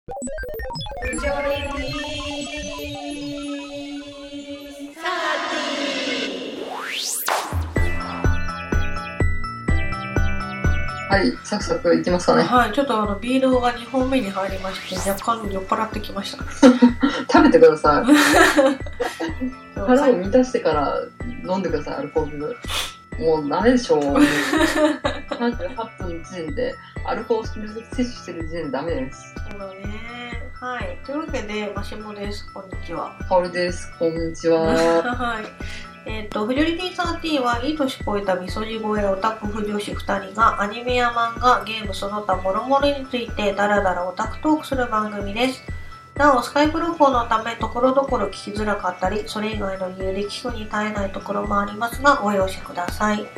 不条理サはい、サクサクいきますかね。 はい、ちょっとビールが2本目に入りまして若干酔っ払ってきました食べてください。腹を満たしてから飲んでください、アルコール。もうダメでしょう。38分の時点でアルコール摂取してる時点でダメです。 そうだね。はい。というわけで、マシモです。こんにちは。 カオルです。こんにちは。 はい。フジョリティ13はいい年越えたみそじ声オタク婦女子2人がアニメや漫画、ゲームその他諸々についてダラダラオタクトークする番組です。なお、スカイプ録音のためところどころ聞きづらかったり、それ以外の理由で聞くに耐えないところもありますが、ご容赦ください。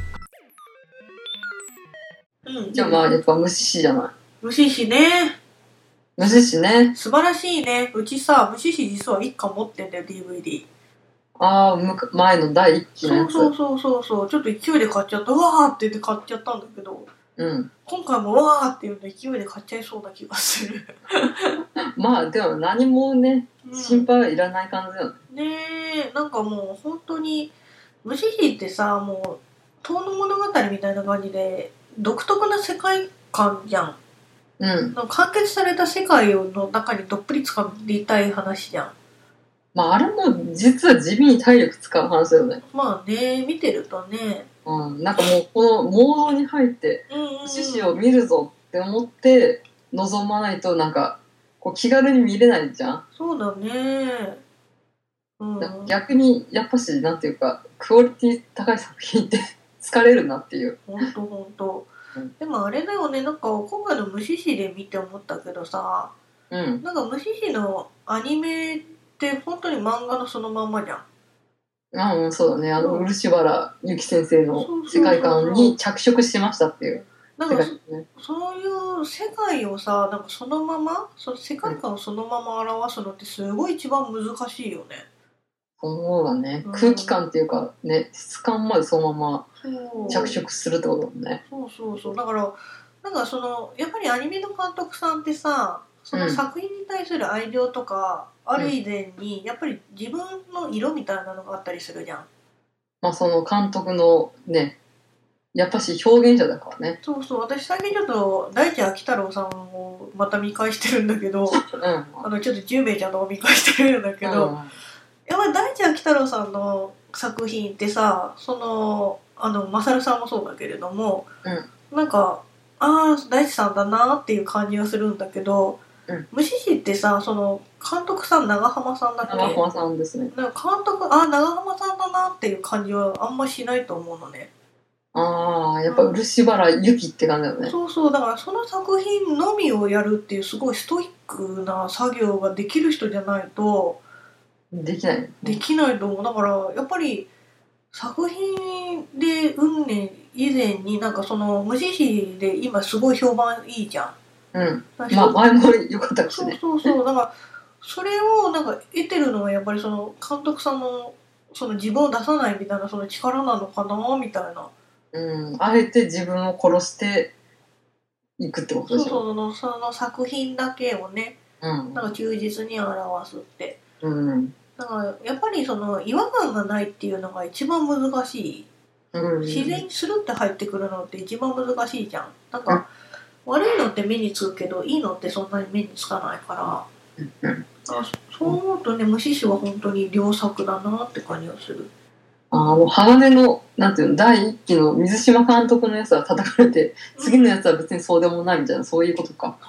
じゃあまあ、やっぱ無視しじゃない。 無視しね。 無視しね。 素晴らしいね。うちさ、無視し実は1巻持ってんだよ、DVD。 ああ、前の第1期のやつ。 そう。ちょっと勢いで買っちゃった。うわーって言って買っちゃったんだけど、今回もうわーって言うと勢いで買っちゃいそうな気がする。 まあ、でも何もね、心配はいらない感じだよね。 ねえ、なんかもう本当に、無視しってさ、もう、遠野物語みたいな感じで、独特な世界観じゃん。完結された世界の中にどっぷり使いたい話じゃん。 まあ、あれも実は地味に体力使う話だよね。 まあね、見てるとね。 なんかもうこのモードに入って、獅子を見るぞって思って臨まないとなんかこう気軽に見れないじゃん。 そうだね。 逆にやっぱしなんていうかクオリティ高い作品って疲れるなっていう。 ほんと。でもあれだよね、なんか今回の無視しで見て思ったけどさ、なんか無視しのアニメって本当に漫画のそのまんまじゃん。 そうだね。漆原由紀先生の世界観に着色してましたっていう。 なんかそういう世界をさ、なんかそのまま、その世界観をそのまま表すのってすごい一番難しいよね。 そうだね。空気感っていうかね、質感までそのまま着色するってことだもんね。 そう。だから、なんかやっぱりアニメの監督さんってさ、その作品に対する愛情とか、ある以前に、やっぱり自分の色みたいなのがあったりするじゃん。 まあその監督のね、やっぱし表現者だからね。 そう、私最近ちょっと大地秋太郎さんをまた見返してるんだけど、ちょっと10名ちゃんと見返してるんだけど、やっぱり大地秋太郎さんの作品ってさ、マサルさんもそうだけれども、なんか、大地さんだなっていう感じがするんだけど、無視しってさ、監督さん長浜さんだっけ？ 長浜さんですね。 なんか監督、長浜さんだなっていう感じはあんましないと思うのね。 やっぱ漆原由紀って感じだよね。 そう、だからその作品のみをやるっていうすごいストイックな作業ができる人じゃないとできないと思う。だからやっぱり作品で以前になんか無視しで今すごい評判いいじゃん。 まあ前も良かったしね。 そうだからそれをなんか得てるのはやっぱり監督さんの自分を出さないみたいな力なのかなみたいな。 あえて自分を殺していくってことでしょ。 その作品だけをね、なんか忠実に表すって。だからやっぱり違和感がないっていうのが一番難しい。自然にスルって入ってくるのって一番難しいじゃん。なんか悪いのって目につくけどいいのってそんなに目につかないから、そう思うとね、無視しは本当に良作だなって感じがする。 鋼のなんていうの第一期の水島監督のやつは叩かれて、次のやつは別にそうでもないみたいな、そういうことか。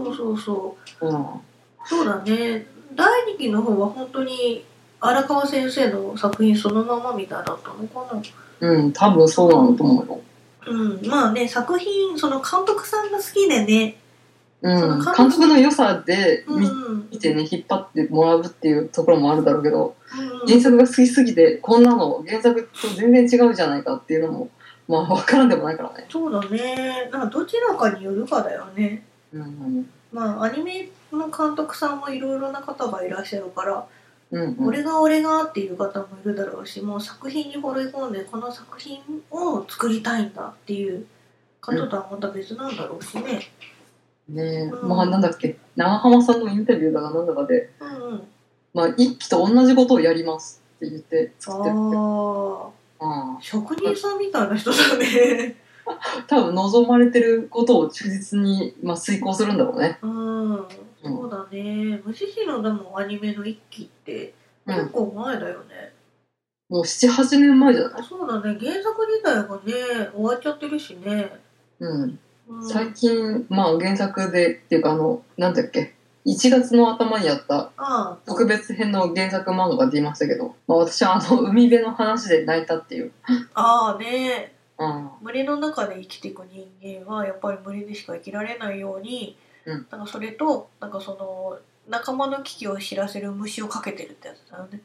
そうだね。第2期の方は本当に荒川先生の作品そのままみたいだったのかな。 多分そうなのと思うよ。 まあね、作品監督さんが好きでね、 監督の良さで見てね、引っ張ってもらうっていうところもあるだろうけど、原作が好きすぎてこんなの原作と全然違うじゃないかっていうのもまあ分からんでもないからね。 そうだね。なんかどちらかによるかだよね。まあアニメの監督さんもいろいろな方がいらっしゃるから、俺がっていう方もいるだろうし、もう作品に惚れ込んでこの作品を作りたいんだっていう方とはまた別なんだろうしね。 ねえ、まあなんだっけ、長浜さんのインタビューだかなんだかで、まあ一期と同じことをやりますって言って作ってるって。 職人さんみたいな人だね。 多分望まれてることを忠実に、まあ、遂行するんだろうね。 そうだね。虫師のでもアニメの一期って結構前だよね。 もう7、8年前じゃない？ そうだね。原作自体がね、終わっちゃってるしね。 最近、まあ原作でっていうかなんだっけ、1月の頭にやった特別編の原作漫画が出ましたけど、まあ私は海辺の話で泣いたっていう。 ね。群れの中で生きていく人間はやっぱり群れでしか生きられないように、なんかそれとなんかその仲間の危機を知らせる虫をかけてるってやつだよね。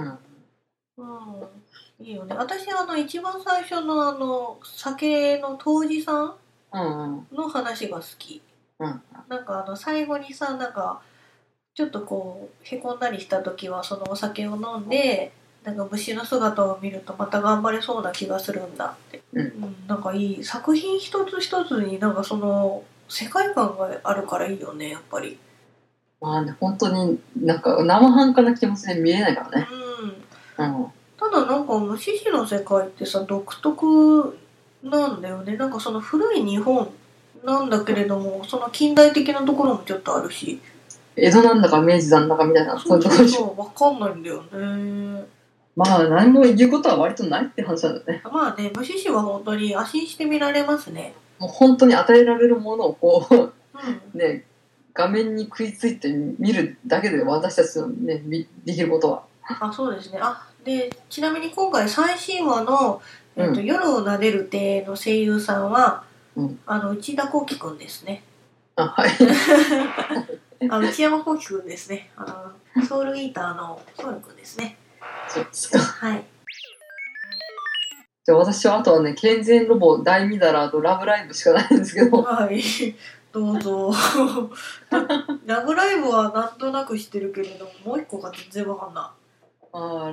いいよね。私一番最初の酒の杜氏さんの話が好き。なんか最後にさ、なんかちょっとこうへこんだりした時はそのお酒を飲んで、なんか虫の姿を見るとまた頑張れそうな気がするんだって、なんかいい作品一つ一つになんかその世界観があるからいいよね、やっぱり。 まあね、本当になんか生半可な気持ちで見えないからね。ただなんか虫師の世界ってさ独特なんだよね。なんかその古い日本なんだけれども、その近代的なところもちょっとあるし、 江戸なんだか明治なんだかみたいな、 そう分かんないんだよね。 まあ何も言うことは割とないって話なんだね。 まあね、虫師は本当に安心して見られますね。 もう本当に与えられるものをこう、ね、画面に食いついて見るだけで私たちのね、できることは。 そうですね。で、ちなみに今回最新話の、夜を撫でる亭の声優さんは、内田幸輝くんですね。 はい。 内山幸輝くんですね。ソウルイーターのソウルくんですね。 そうですか。 はい。 じゃあ私はあとはね、健全ロボ、大ミダラーとラブライブしかないんですけど。 はい。どうぞ。ラブライブはなんとなく知ってるけれども、もう一個が全然わかんない。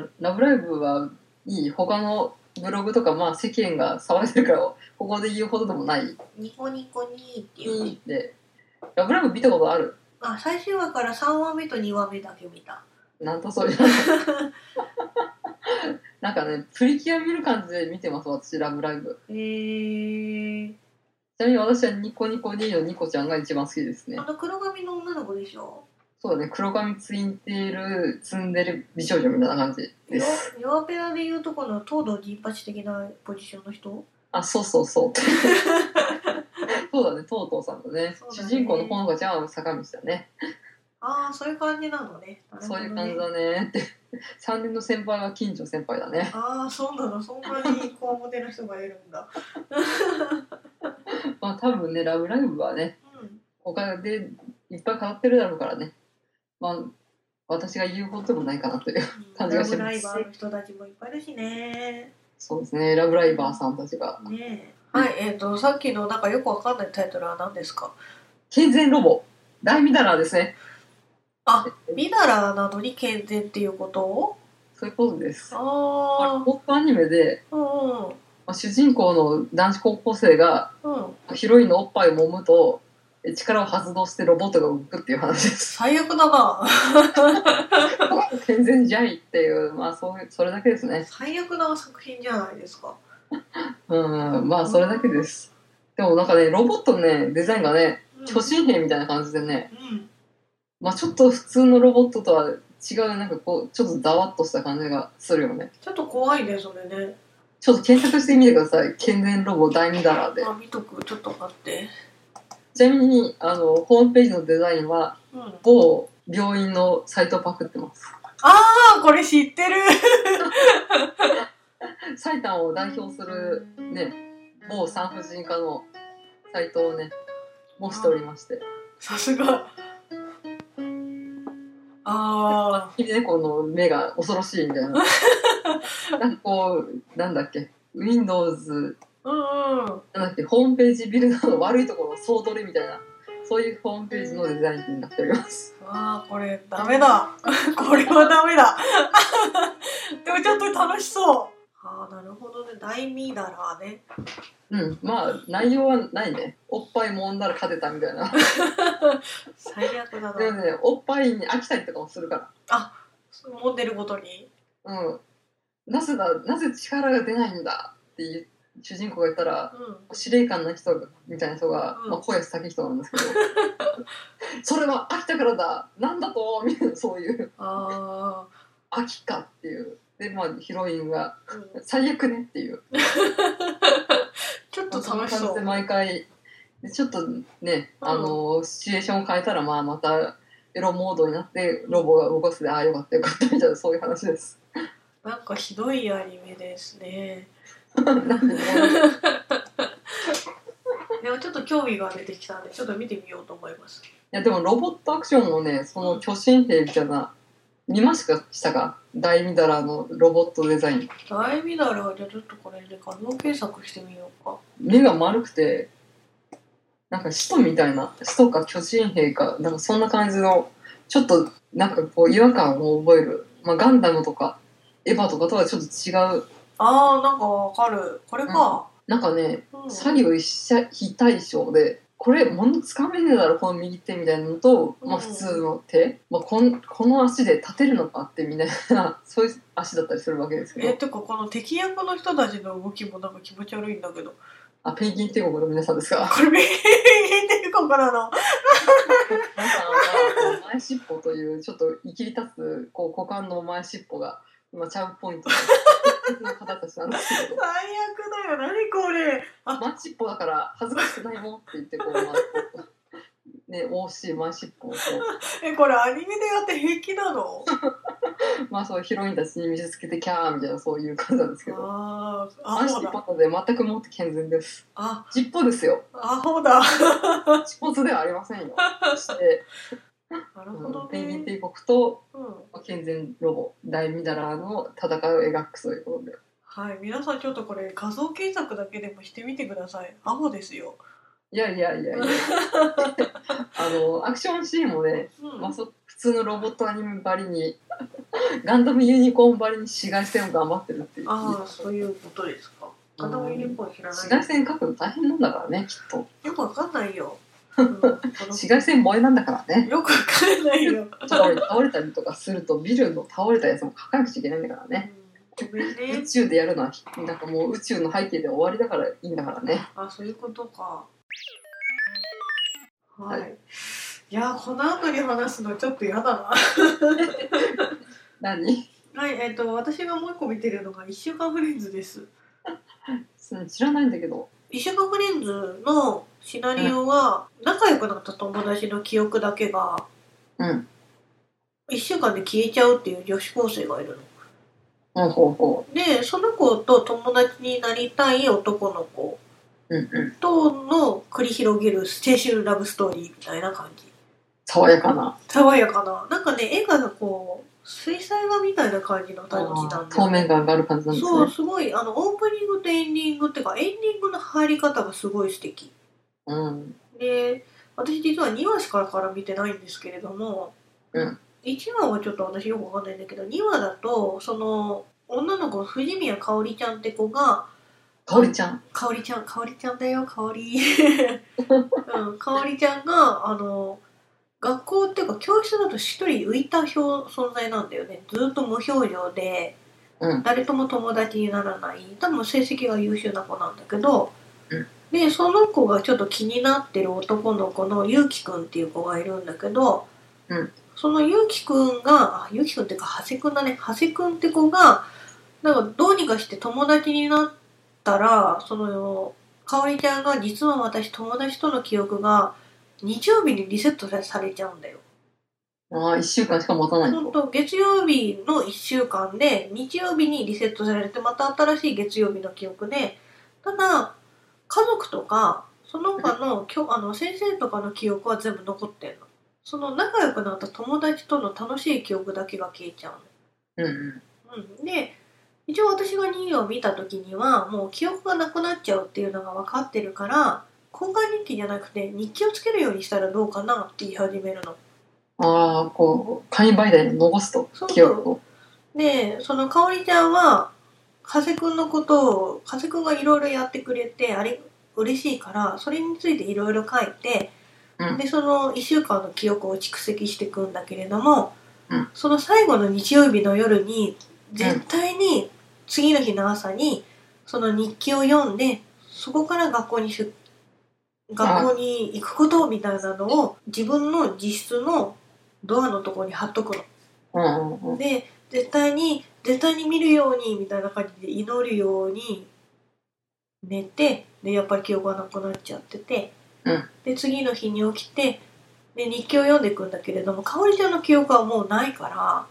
ラブライブはいい。他のブログとか、まあ世間が騒いでるから、ここで言うほどでもない。 ニコニコニーっていうね。 で、ラブライブ見たことある？ 最終話から3話目と2話目だけ見た。 なんとそういう。なんかね、プリキュア見る感じで見てます、私、ラブライブ。 ちなみに私はニコニコニーのニコちゃんが一番好きですね。 黒髪の女の子でしょ？ そうだね、黒髪ツインテールツンデレ美少女みたいな感じです。 弱ペラでいうとこの東堂銀八的なポジションの人？ そうそうそう。そうだね、トートーさんだね。主人公のほのかちゃんは坂道だね。 そういう感じなのね。 そういう感じだねって。3年の先輩は近所先輩だね。 そうなの。そんなにこわもての人がいるんだ。 まあ多分ね、ラブライブはね、他でいっぱい語ってるだろうからね。まあ私が言うことでもないかなという感じがします。 ラブライバーの人たちもいっぱいいるしね。 そうですね、ラブライバーさんたちが。 ね。はい、さっきのなんかよくわかんないタイトルは何ですか？ 健全ロボ、大ミダラーですね。 ミダラーなのに健全っていうこと？ そういうことです。ポップアニメで、主人公の男子高校生が、ヒロインのおっぱいを揉むと力を発動してロボットが動くっていう話です。 最悪だな。 健全じゃいっていう、まあそれだけですね。 最悪な作品じゃないですか。 まあそれだけです。でもなんかね、ロボットのね、デザインがね、巨神兵みたいな感じでね、まあちょっと普通のロボットとは違う、なんかこうちょっとざわっとした感じがするよね。 ちょっと怖いね、それね。 ちょっと検索してみてください。健全ロボ大ミダラーで。 見とく。ちょっと待って。 ちなみにホームページのデザインは、某病院のサイトをパクってます。 これ知ってる。 埼玉を代表するね、某産婦人科のサイトをね、模しておりまして。 さすが。 この目が恐ろしいみたいな。なんかこう、なんだっけ、Windows、なんだっけ、ホームページビルダーの悪いところを総取りみたいな、そういうホームページのデザインになっております。 これダメだ。これはダメだ。でもちょっと楽しそう。なるほどね。大ミダラーね。 まあ内容はないね。おっぱい揉んだら勝てたみたいな。 最悪だな。 でもね、おっぱいに飽きたりとかもするから。 あ、揉んでるごとに。 なぜ力が出ないんだっていう主人公が言ったら、司令官の人みたいな人が、小安武人なんですけど、それは飽きたからだ、なんだとみたいな、そういう飽きかっていう。でヒロインが、最悪ねっていうちょっと楽しそう。その感じで毎回ちょっとね、シチュエーションを変えたらまたエロモードになってロボが動かすで、ああよかったよかったみたいな、そういう話です。 なんかひどいアニメですね。でもちょっと興味が出てきたんで、ちょっと見てみようと思います。 いやでもロボットアクションもね、その巨神兵みたいな、見ましたか？大ミダラのロボットデザイン。 大ミダラ、じゃあちょっとこれで画像検索してみようか。 目が丸くて、なんか使徒みたいな、使徒か巨神兵か、なんかそんな感じの、ちょっとなんかこう違和感を覚える。ガンダムとかエヴァとかとはちょっと違う。 なんかわかる。これか。 なんかね、左右非対称で、これ物つかめねえだろこの右手みたいなのと、普通の手、この足で立てるのかってみたいな、そういう足だったりするわけですけど。 てかこの敵役の人たちの動きもなんか気持ち悪いんだけど。 ペンギン帝国の皆さんですか？ これペンギン帝国なの？ 皆さんは前尻尾というちょっと生きり立つ股間の前尻尾が今チャームポイントの方たちなんですけど。 最悪だよ、何これ。 前尻尾だから恥ずかしくないもんって言ってね、惜しい前尻尾をこれアニメでやって平気なの？ そうヒロインたちに見せつけてキャーみたいな、そういう感じなんですけど、前尻尾で全くもって健全です。尻尾ですよ。 アホだ。 尻尾ではありませんよ。してなるほどね。 ペンギン帝国と、健全ロボ大ミダラーの戦いを描くということで、 はい、皆さんちょっとこれ画像検索だけでもしてみてください。アホですよ。 いやアクションシーンもね、普通のロボットアニメばりにガンダムユニコーンばりに紫外線を頑張ってるっていう。 そういうことですか。ガンダムユニコーン知らない。 紫外線描くの大変なんだからね、きっと。 よくわかんないよ。 紫外線萌えなんだからね。 よくわかんないよ。 倒れたりとかするとビルの倒れたやつも描かなくちゃいけないんだからね。宇宙でやるのはなんかもう宇宙の背景で終わりだからいいんだからね。 そういうことか。はい。いやこの後に話すのちょっと嫌だな。 何？ はい、私がもう一個見てるのが1週間フレンズです。 知らないんだけど。 1週間フレンズのシナリオは、仲良くなった友達の記憶だけが、1週間で消えちゃうっていう女子高生がいるの。で、その子と友達になりたい男の子との繰り広げる青春ラブストーリーみたいな感じ。 爽やかな。 なんかね、絵が水彩画みたいな感じのタッチなんで、 透明感がある感じなんですね。そう、 すごいオープニングとエンディングっていうか、エンディングの入り方がすごい素敵。で、私実は2話しかから見てないんですけれども、1話はちょっと私よくわかんないんだけど、2話だとその女の子藤宮かおりちゃんって子が、かおりちゃんだよ、かおり。かおりちゃんが学校っていうか教室だと一人浮いた存在なんだよね。ずっと無表情で、誰とも友達にならない、多分成績が優秀な子なんだけど、でその子がちょっと気になってる男の子のゆうきくんっていう子がいるんだけど、そのゆうきくんっていうか長谷くんだね。長谷くんって子がなんかどうにかして友達になったら、そのかおりちゃんが実は私友達との記憶が日曜日にリセットされちゃうんだよ。 1週間しか持たないと。 月曜日の1週間で日曜日にリセットされて、また新しい月曜日の記憶で、ただ家族とかその他の先生とかの記憶は全部残ってんの。その仲良くなった友達との楽しい記憶だけが消えちゃうの。で一応私が2を見た時にはもう記憶がなくなっちゃうっていうのが分かってるから、交換日記じゃなくて日記をつけるようにしたらどうかなって言い始めるの。 紙媒体に残すと記憶を。 でそのかおりちゃんは長谷くんのことを長谷くんがいろいろやってくれてあれ嬉しいからそれについていろいろ書いて、でその1週間の記憶を蓄積していくんだけれども、その最後の日曜日の夜に絶対に次の日の朝にその日記を読んでそこから学校に行くことみたいなのを自分の自室のドアのところに貼っとくの。で絶対に見るようにみたいな感じで祈るように寝て、でやっぱり記憶がなくなっちゃってて、で次の日に起きてで日記を読んでいくんだけれども、かおりちゃんの記憶はもうないから、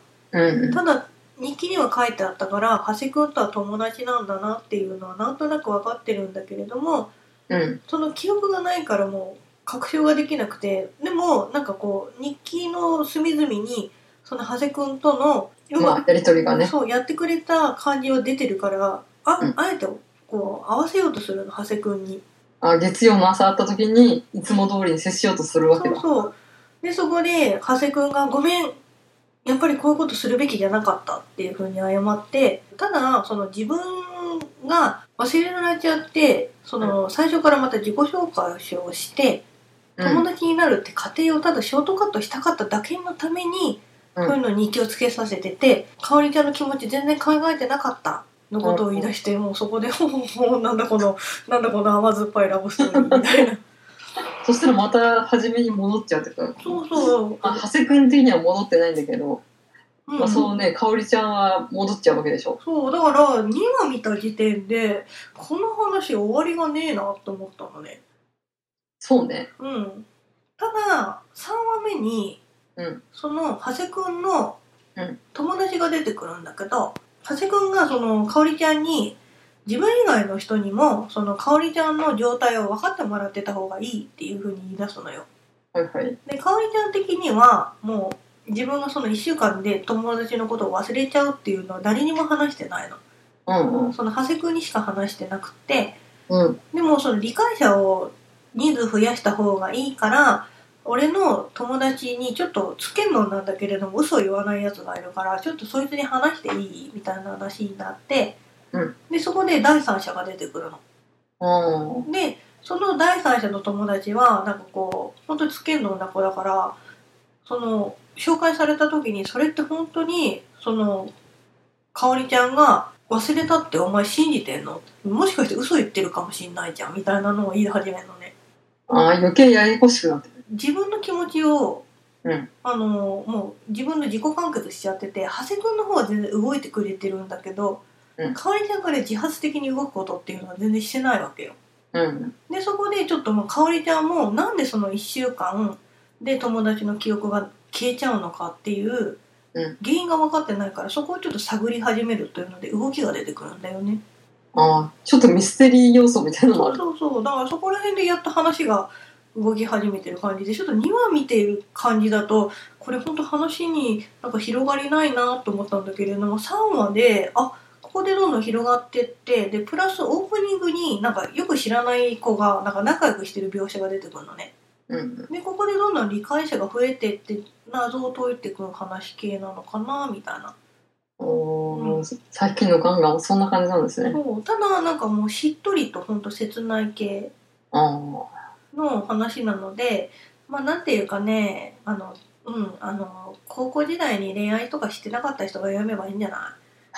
ただ日記には書いてあったから長谷くんとは友達なんだなっていうのはなんとなく分かってるんだけれども、その記憶がないからもう確証ができなくて、でもなんかこう日記の隅々にその長谷くんとのやり取りがね、 そうやってくれた感じは出てるから、あえてこう合わせようとするの長谷くんに。 月曜の朝会った時にいつも通りに接しようとするわけだ。 そうでそこで長谷くんがごめんやっぱりこういうことするべきじゃなかったっていう風に謝って、ただその自分が忘れられちゃってその最初からまた自己紹介をして友達になるって過程をただショートカットしたかっただけのために、こういうの日記をつけさせてて、かおりちゃんの気持ち全然考えてなかったのことを言い出して、もうそこでなんだこの甘酸っぱいラブストーリーみたいな。 そしたらまた初めに戻っちゃうってか。 そう長谷くん的には戻ってないんだけど、そうね、かおりちゃんは戻っちゃうわけでしょ。 そうだから2話見た時点でこの話終わりがねえなと思ったのね。 そうね。 ただ3話目に、その長谷くんの友達が出てくるんだけど、長谷くんがそのかおりちゃんに自分以外の人にもそのかおりちゃんの状態を分かってもらってた方がいいっていう風に言い出すのよ。でかおりちゃん的にはもう自分がその1週間で友達のことを忘れちゃうっていうのは誰にも話してないの。その長谷くんにしか話してなくて、でもその理解者を人数増やした方がいいから俺の友達にちょっとつけんのなんだけれども嘘を言わないやつがいるからちょっとそいつに話していいみたいな話になって、でそこで第三者が出てくるの。でその第三者の友達はなんかこう本当につけんのな子だから、その紹介された時にそれって本当にそのかおりちゃんが忘れたってお前信じてんの、もしかして嘘言ってるかもしんないじゃんみたいなのを言い始めるのね。 余計ややこしくなってる。 自分の気持ちを、もう自分の自己完結しちゃってて、長谷くんの方は全然動いてくれてるんだけど、かおりちゃんから自発的に動くことっていうのは全然してないわけよ。でそこでちょっとかおりちゃんもなんでその1週間で友達の記憶が消えちゃうのかっていう原因が分かってないから、そこをちょっと探り始めるというので動きが出てくるんだよね。 ちょっとミステリー要素みたいなのもある。 そうだからそこら辺でやっと話が動き始めてる感じで、ちょっと2話見ている感じだとこれ本当話になんか広がりないなと思ったんだけれども、3話でここでどんどん広がってって、でプラスオープニングになんかよく知らない子がなんか仲良くしてる描写が出てくるのね。でここでどんどん理解者が増えてって謎を解いていく話系なのかなみたいな。 最近のガンガンそんな感じなんですね。 ただなんかもうしっとりとほんと切ない系の話なので、なんていうかね、高校時代に恋愛とかしてなかった人が読めばいいんじゃない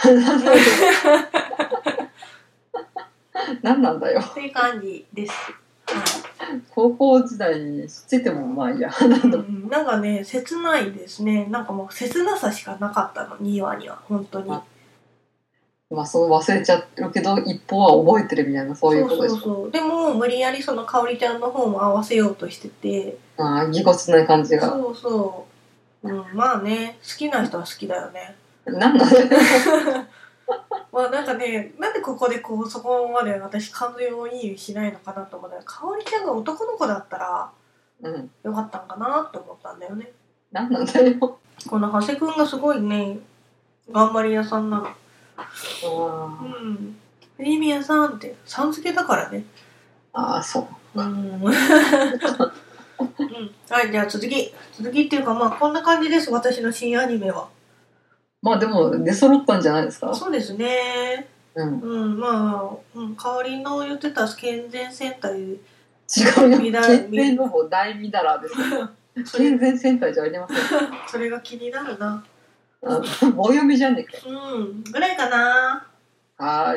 何なんだよっていう感じです。 高校時代に知っててもいいや。 なんかね切ないですね。なんかもう切なさしかなかったの2話には本当に。 その忘れちゃうけど一方は覚えてるみたいなそういうことでしょ。 そうでも無理やりそのかおりちゃんの方も合わせようとしてて、 ぎこちない感じが。 まあね好きな人は好きだよね。 なんだねなんかね、なんでここでそこまで私感情をいいしないのかなと思ったら、かおりちゃんが男の子だったらよかったんかなって思ったんだよね。 なんなんだよ。 この長谷くんがすごいね頑張り屋さんなの。リミヤさんってさん付けだからね。 そう。 はい、じゃあ続きっていうかこんな感じです。私の新アニメは。 でも出揃ったんじゃないですか。 そうですね。 まあ、香りの言ってた健全戦隊。 違うよ。健全の方大みだらですよ。健全戦隊じゃありません。 それが気になるな。 棒読みじゃねえか。 ぐらいかな。 はい。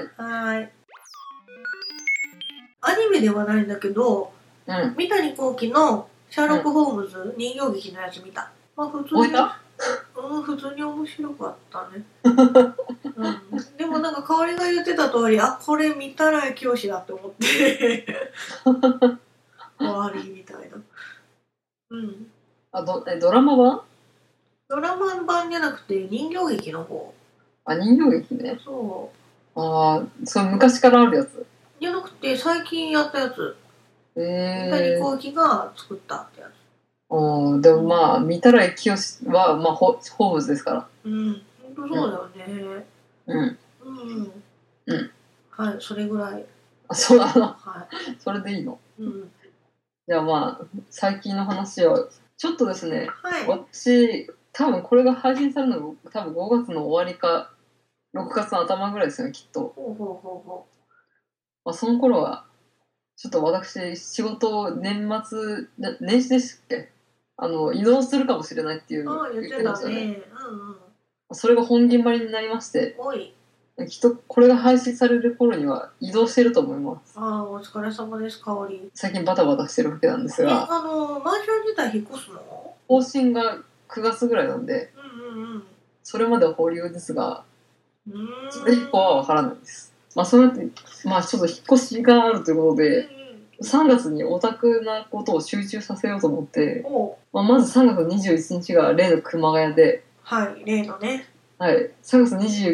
アニメではないんだけど、三谷幸喜のシャーロック・ホームズ人形劇のやつ見た。まあ普通に面白かったね。でもなんか香りが言ってた通り、これ見たら教師だって思って終わりみたいな。 ドラマ版？ ドラマ版じゃなくて人形劇の方。 人形劇ね。 そう。 それ昔からあるやつ？ じゃなくて最近やったやつ。三谷幸喜が作ったってやつ。 でもまあ見たら清はまあホームズですから。 本当そうだよね。はい、それぐらい。 そうなの。それでいいの。じゃあまあ最近の話はちょっとですね。私多分これが配信されるのが多分5月の終わりか6月の頭ぐらいですよね、きっと。その頃はちょっと私仕事を年始でしたっけ、移動するかもしれないっていう言ってましたね。 それが本決まりになりまして、きっとこれが配信される頃には移動してると思います。 お疲れ様です、香り。 最近バタバタしてるわけなんですが、 マンション自体引っ越すの？ 更新が9月ぐらいなんで、それまでは保留ですが、それ以降はわからないです。そうやって、ちょっと引っ越しがあるということで、3月にオタクなことを集中させようと思って、まず3月21日が例の熊谷で、 例のね。 3月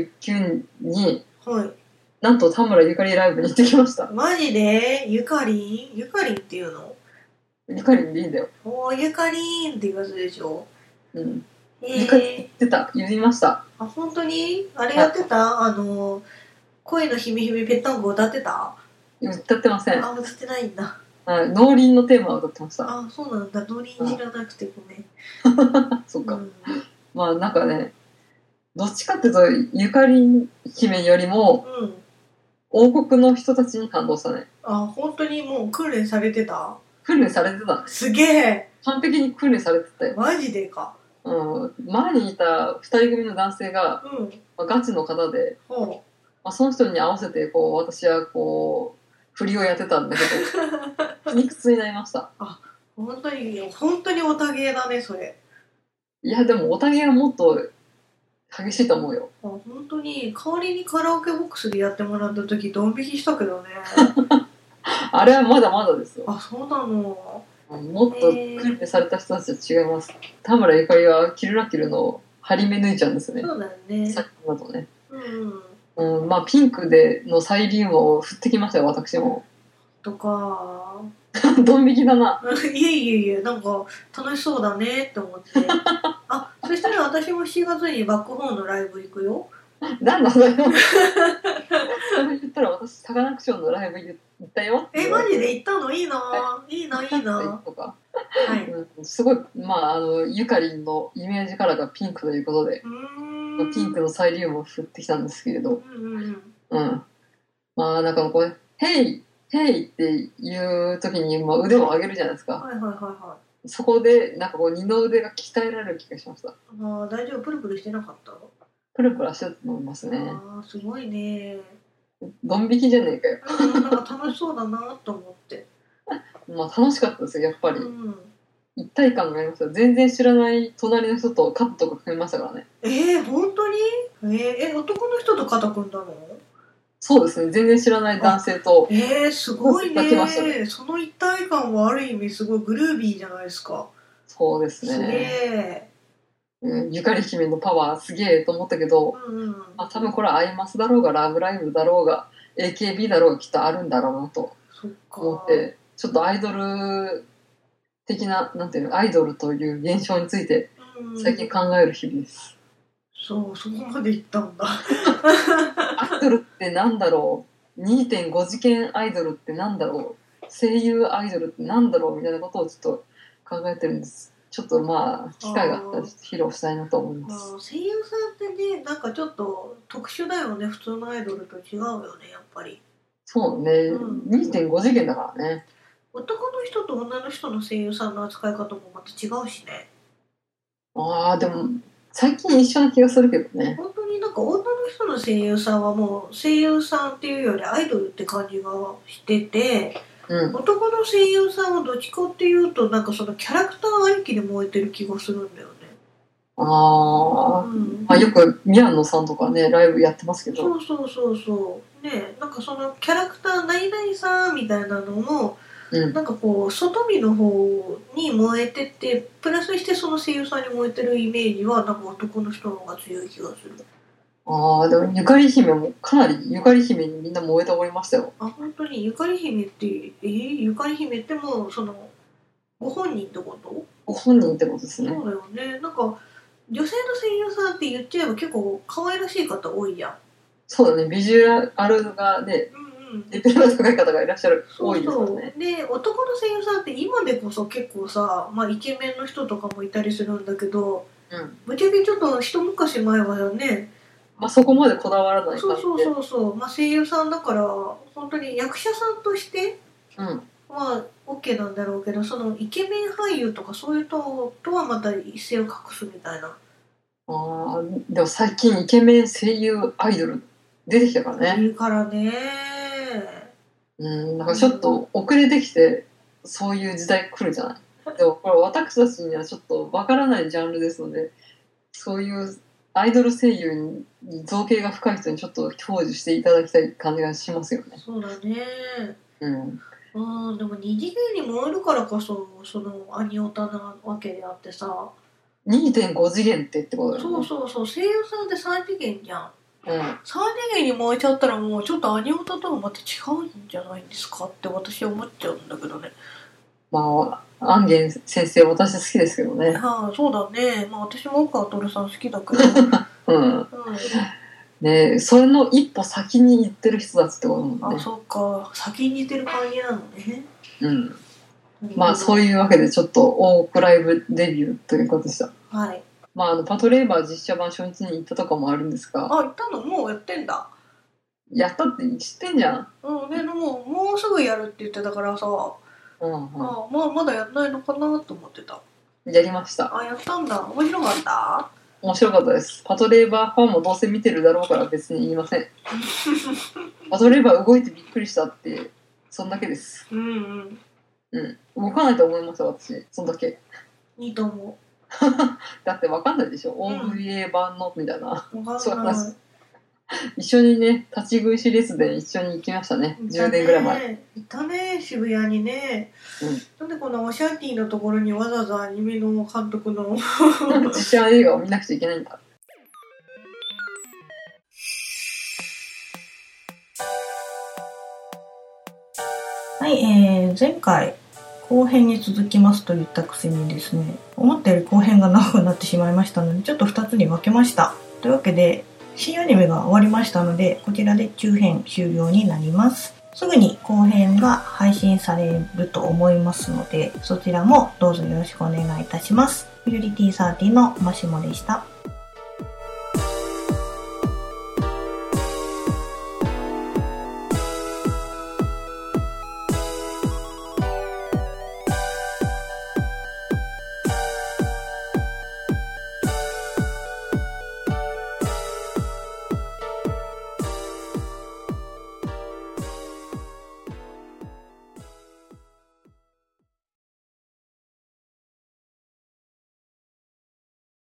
29日に、なんと田村ゆかりライブに行ってきました。 マジで？ゆかりんっていうの？ ゆかりんでいいんだよ。 ゆかりんっていうやつでしょ。 ゆかりん言いました。 本当に？あれやってた？恋のひみひみぺったんこ歌ってた？ 歌ってません。 歌ってないんだ。 農林のテーマを歌ってました。 そうなんだ。農林知らなくてごめん。 そっか。なんかね、どっちかっていうとゆかり姫よりも、王国の人たちに感動したね。 本当にもう訓練されてた？ 訓練されてたね。 すげえ。 完璧に訓練されてたよ。 マジでか。 前にいた2人組の男性が、ガチの方で、その人に合わせて私は振りをやってたんだけど筋肉痛になりました。 本当にオタゲーだね、それ。 いやでもオタゲーはもっと激しいと思うよ。 本当に代わりにカラオケボックスでやってもらった時ドン引きしたけどね。 あれはまだまだですよ。 そうなの。 もっと訓練された人たちは違います。田村ゆかりはキルラキルの張り目抜いちゃうんですね。 そうだよね。 さっきだとね。ピンクでのサイリウムを振ってきましたよ、私も。 とか。 ドン引きだな。 いえ、なんか楽しそうだねって思って。そしたら私も7月にバックホーンのライブ行くよ。 なんだそれ。それ言ったら私サカナクションのライブ行ったよ。 マジで行ったの？いいな。いいな。 とか。すごいゆかりんのイメージカラーがピンクということで。ピンクのサイリウムを振ってきたんですけれど、なんかヘイっていう時に腕を上げるじゃないですか。そこでなんか二の腕が鍛えられる気がしました。 大丈夫？プルプルしてなかった？ プルプルしてたと思いますね。 すごいね。 ドン引きじゃねえかよ。 なんか楽しそうだなと思って。 楽しかったですよ、やっぱり。一体感がありました。全然知らない隣の人と肩とか組みましたからね。 本当に？男の人と肩組んだの？ そうですね、全然知らない男性と。 すごいね。その一体感はある意味すごいグルービーじゃないですか。 そうですね。 すげえ。 ゆかり姫のパワーすげえと思ったけど、多分これはアイマスだろうがラブライブだろうが AKB だろうがきっとあるんだろうなと思って、ちょっとアイドル的な、なんていうの、アイドルという現象について最近考える日々です。 そこまで言ったんだ。 アイドルってなんだろう、 2.5 次元アイドルってなんだろう、声優アイドルってなんだろうみたいなことをちょっと考えてるんですちょっとまあ機会があったらちょっと披露したいなと思います。 声優さんってね、なんかちょっと特殊だよね。普通のアイドルと違うよね、やっぱり。 そうね、2.5 次元だからね。 男の人と女の人の声優さんの扱い方もまた違うしね。 でも最近一緒な気がするけどね。 本当になんか女の人の声優さんはもう声優さんっていうよりアイドルって感じがしてて、男の声優さんはどっちかっていうとなんかそのキャラクターありきで燃えてる気がするんだよね。 よく宮野さんとかねライブやってますけど。 そうね、なんかそのキャラクター何々さんみたいなのも、なんかこう外見の方に燃えててプラスしてその声優さんに燃えてるイメージはなんか男の人の方が強い気がする。 でもゆかり姫もかなりゆかり姫にみんな燃えておりましたよ。 本当にゆかり姫ってゆかり姫ってもうそのご本人ってこと？ ご本人ってことですね。 そうだよね。なんか女性の声優さんって言っちゃえば結構可愛らしい方多いじゃん。 そうだね、ビジュアルがね、レベルの高い方がいらっしゃる、多いですからね。 で、男の声優さんって今でこそ結構さ、イケメンの人とかもいたりするんだけど、ぶっちゃけちょっと一昔前はよね、 そこまでこだわらない感じで。声優さんだから本当に役者さんとしては OK なんだろうけど、そのイケメン俳優とかそういうとはまた一線を画すみたいな。 でも最近イケメン声優アイドル出てきたからね。 いるからね。 なんかちょっと遅れてきてそういう時代来るじゃない。でもこれ私たちにはちょっとわからないジャンルですので、そういうアイドル声優に造形が深い人にちょっと享受していただきたい感じがしますよね。 そうだね。でも二次元に燃えるからこそそのアニオタなわけであってさ。 2.5 次元ってことだよね。 そう声優さんって3次元じゃん。3次元に燃えちゃったらもうちょっとアニオタとはまた違うんじゃないんですかって私は思っちゃうんだけどね。 安元先生私好きですけどね。 そうだね。私も岡徹さん好きだけど。 ね、それの一歩先に行ってる人たちってことだもんね。 そっか、先に行ってる感じなのね。そういうわけでちょっとオークライブデビューということでした。パトレーバー実写版初日に行ったとかもあるんですが。 行ったの？もうやってんだ。 やったって知ってんじゃん。 でももうすぐやるって言ってたからさ、まだやんないのかなと思ってた。 やりました。 やったんだ。面白かった？ 面白かったです。パトレーバーファンもどうせ見てるだろうから別に言いません。パトレーバー動いてびっくりしたってそんだけです。動かないと思います私。そんだけ。いいと思う。 だって分かんないでしょ、OVA 版のみたいな。そう話。一緒にね、立ち食いし列伝一緒に行きましたね。10年ぐらい前。 行ったね、渋谷にね。なんでこのオシャンティーのところにわざわざアニメの監督の実写映画を見なくちゃいけないんだ。 前回後編に続きますと言ったくせにですね、思ったより後編が長くなってしまいましたので、ちょっと2つに分けました。というわけで新アニメが終わりましたので、こちらで中編終了になります。すぐに後編が配信されると思いますので、そちらもどうぞよろしくお願いいたします。フィルリティ30のマシモでした。